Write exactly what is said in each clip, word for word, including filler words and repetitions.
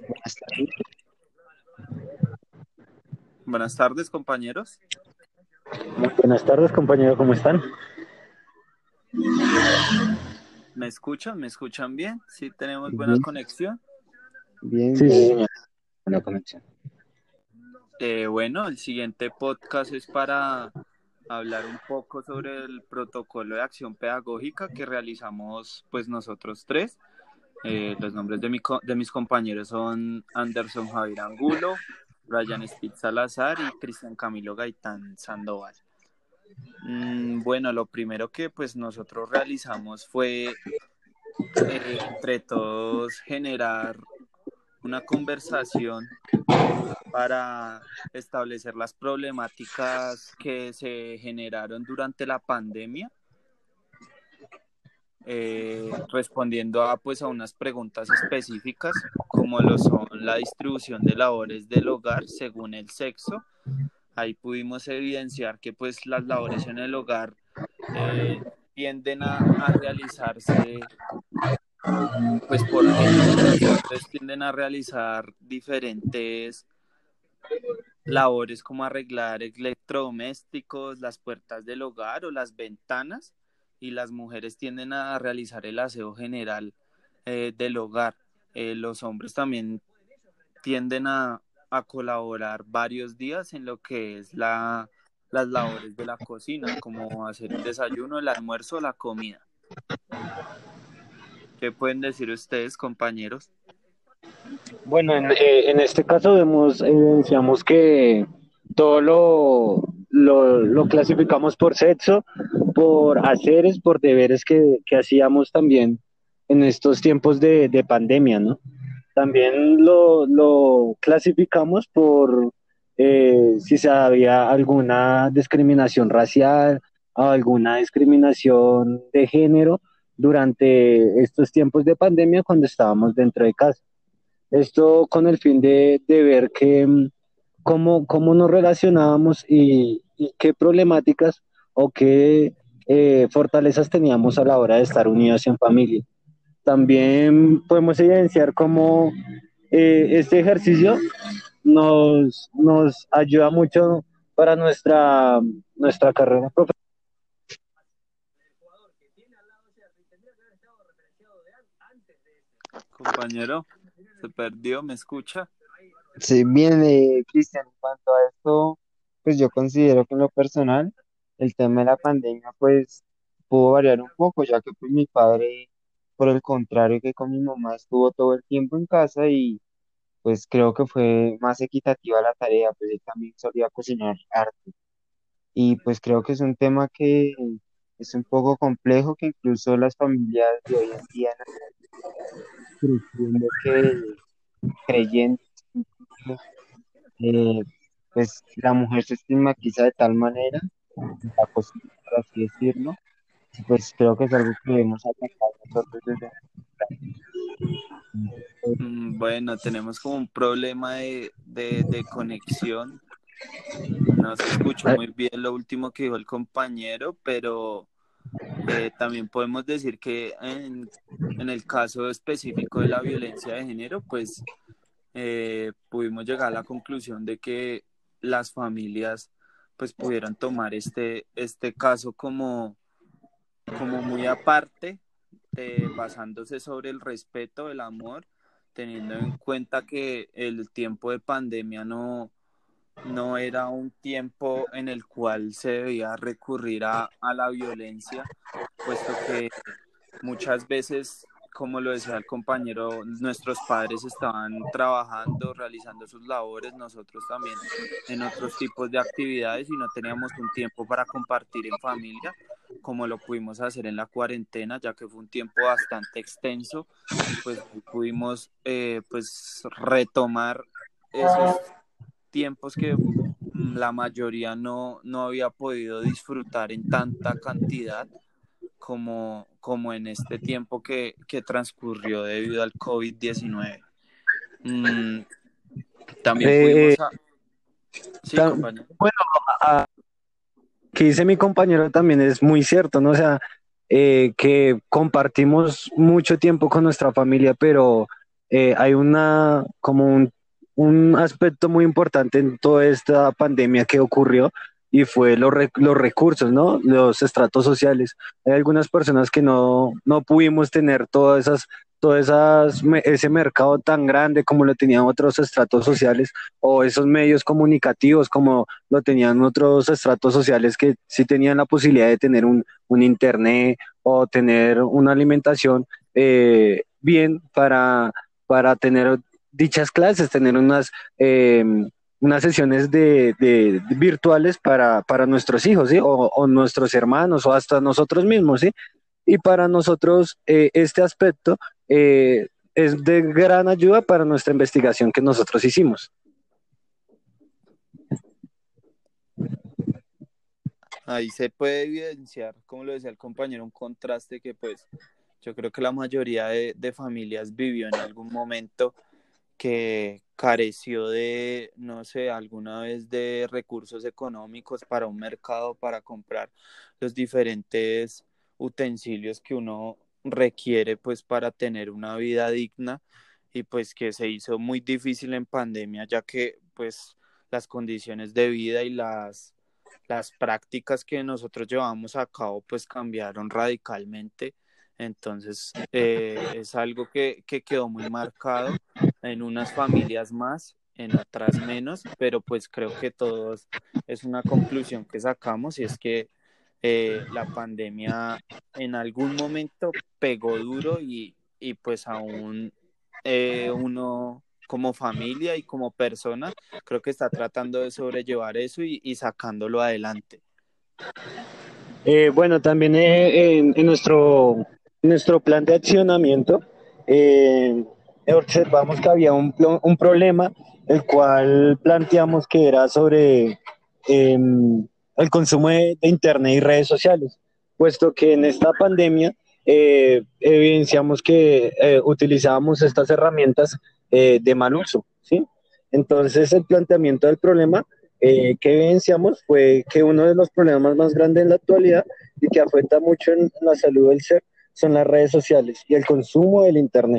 Buenas tardes. Buenas tardes, compañeros. Muy buenas tardes, compañero, ¿cómo están? ¿Me escuchan? ¿Me escuchan bien? ¿Sí tenemos buena Bien, conexión? bien, sí, sí, señor. Buena conexión. Eh, bueno, el siguiente podcast es para hablar un poco sobre el protocolo de acción pedagógica que realizamos pues nosotros tres. Eh, los nombres de, mi co- de mis compañeros son Anderson Javier Angulo, Brian Spitz Salazar y Cristian Camilo Gaitán Sandoval. Mm, bueno, lo primero que pues nosotros realizamos fue eh, entre todos generar una conversación para establecer las problemáticas que se generaron durante la pandemia, eh, respondiendo a, pues, a unas preguntas específicas, como lo son la distribución de labores del hogar según el sexo. Ahí pudimos evidenciar que pues, las labores en el hogar eh, tienden a, a realizarse pues, por género. Los hombres tienden a realizar diferentes labores como arreglar electrodomésticos, las puertas del hogar o las ventanas, y las mujeres tienden a realizar el aseo general eh, del hogar. Eh, los hombres también tienden a, a colaborar varios días en lo que es la, las labores de la cocina, como hacer el desayuno, el almuerzo, la comida. ¿Qué pueden decir ustedes, compañeros? Bueno, en, eh, en este caso vemos, evidenciamos que todo lo, lo, lo clasificamos por sexo, por haceres, por deberes que, que hacíamos también en estos tiempos de, de pandemia, ¿no? También lo, lo clasificamos por eh, si se había alguna discriminación racial o alguna discriminación de género durante estos tiempos de pandemia cuando estábamos dentro de casa. Esto con el fin de, de ver que, mm, cómo, cómo nos relacionábamos y, y qué problemáticas o qué eh, fortalezas teníamos a la hora de estar unidos en familia. También podemos evidenciar cómo eh, este ejercicio nos, nos ayuda mucho para nuestra, nuestra carrera profesional. Compañero, se perdió, ¿me escucha? Sí, bien, eh, Cristian, en cuanto a esto, pues yo considero que en lo personal, el tema de la pandemia, pues pudo variar un poco, ya que pues mi padre, por el contrario que con mi mamá, estuvo todo el tiempo en casa y pues creo que fue más equitativa la tarea, pues él también solía cocinar harto. Y pues creo que es un tema que es un poco complejo, que incluso las familias de hoy en día no creyendo que creyendo eh, pues la mujer se estigmatiza de tal manera, la cocina, por así decirlo, y pues creo que es algo que debemos atacar nosotros desde Mm, Bueno, tenemos como un problema de, de, de conexión. No se escuchó Ah, muy bien lo último que dijo el compañero, pero eh, también podemos decir que en, en el caso específico de la violencia de género, pues eh, pudimos llegar a la conclusión de que las familias pues pudieran tomar este, este caso como, como muy aparte, eh, basándose sobre el respeto, el amor, teniendo en cuenta que el tiempo de pandemia no no era un tiempo en el cual se debía recurrir a, a la violencia, puesto que muchas veces, como lo decía el compañero, nuestros padres estaban trabajando, realizando sus labores, nosotros también en otros tipos de actividades y no teníamos un tiempo para compartir en familia como lo pudimos hacer en la cuarentena, ya que fue un tiempo bastante extenso y pues pudimos eh, pues retomar esos tiempos que mm, la mayoría no, no había podido disfrutar en tanta cantidad como, como en este tiempo que, que transcurrió debido al covid diecinueve. Mm, también eh, pudimos... A... Sí, ta- compañero. bueno, a- que dice mi compañero también es muy cierto, ¿no? O sea, eh, que compartimos mucho tiempo con nuestra familia, pero eh, hay una, como un, un aspecto muy importante en toda esta pandemia que ocurrió y fue los, re- los recursos, ¿no? Los estratos sociales. Hay algunas personas que no, no pudimos tener todas esas, todas esas, me- ese mercado tan grande como lo tenían otros estratos sociales o esos medios comunicativos como lo tenían otros estratos sociales que sí tenían la posibilidad de tener un, un internet o tener una alimentación eh, bien para, para tener dichas clases, tener unas, eh, unas sesiones de, de- de virtuales para, para nuestros hijos, ¿sí? O, o nuestros hermanos o hasta nosotros mismos, ¿sí? Y para nosotros eh, este aspecto eh, es de gran ayuda para nuestra investigación que nosotros hicimos. Ahí se puede evidenciar, como lo decía el compañero, un contraste que pues yo creo que la mayoría de, de familias vivió en algún momento que careció de, no sé, alguna vez de recursos económicos para un mercado, para comprar los diferentes utensilios que uno requiere pues para tener una vida digna y pues que se hizo muy difícil en pandemia ya que pues las condiciones de vida y las, las prácticas que nosotros llevamos a cabo pues cambiaron radicalmente. Entonces eh, es algo que, que quedó muy marcado en unas familias más, en otras menos, pero pues creo que todos es una conclusión que sacamos y es que eh, la pandemia en algún momento pegó duro y, y pues aún eh, uno como familia y como persona creo que está tratando de sobrellevar eso y, y sacándolo adelante. Eh, bueno, también eh, en, en nuestro, en nuestro plan de accionamiento eh, observamos que había un, plo- un problema, el cual planteamos que era sobre eh, el consumo de, de Internet y redes sociales, puesto que en esta pandemia eh, evidenciamos que eh, utilizábamos estas herramientas eh, de mal uso, ¿sí? Entonces el planteamiento del problema eh, que evidenciamos fue que uno de los problemas más grandes en la actualidad y que afecta mucho en la salud del ser son las redes sociales y el consumo del Internet.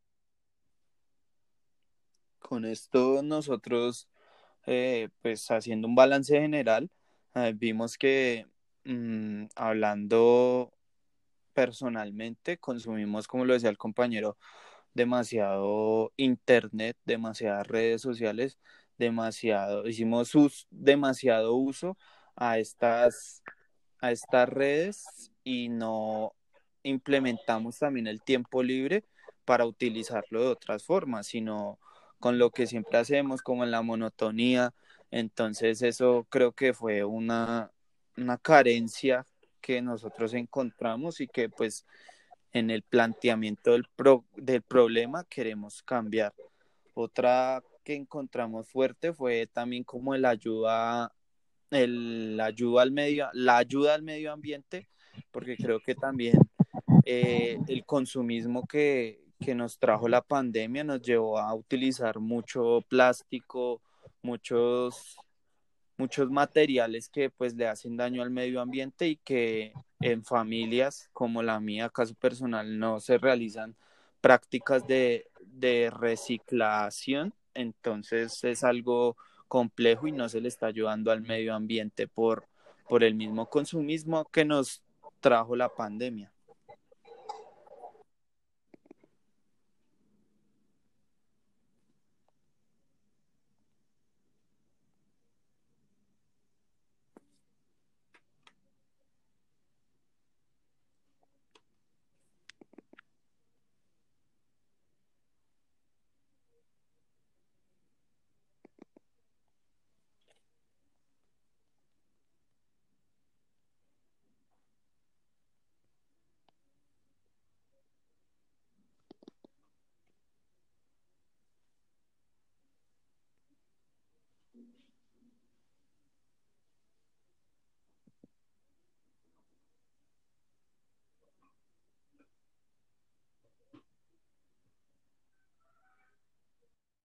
Con esto nosotros, eh, pues haciendo un balance general, eh, vimos que mmm, hablando personalmente, consumimos, como lo decía el compañero, demasiado internet, demasiadas redes sociales, demasiado, hicimos us- demasiado uso a estas, a estas redes y no implementamos también el tiempo libre para utilizarlo de otras formas, sino con lo que siempre hacemos, como en la monotonía. Entonces eso creo que fue una, una carencia que nosotros encontramos y que pues en el planteamiento del, pro, del problema queremos cambiar. Otra que encontramos fuerte fue también como el ayuda, el ayuda al medio, la ayuda al medio ambiente, porque creo que también eh, el consumismo que, que nos trajo la pandemia nos llevó a utilizar mucho plástico, muchos muchos materiales que pues le hacen daño al medio ambiente y que en familias como la mía, caso personal, no se realizan prácticas de, de reciclación, entonces es algo complejo y no se le está ayudando al medio ambiente por, por el mismo consumismo que nos trajo la pandemia.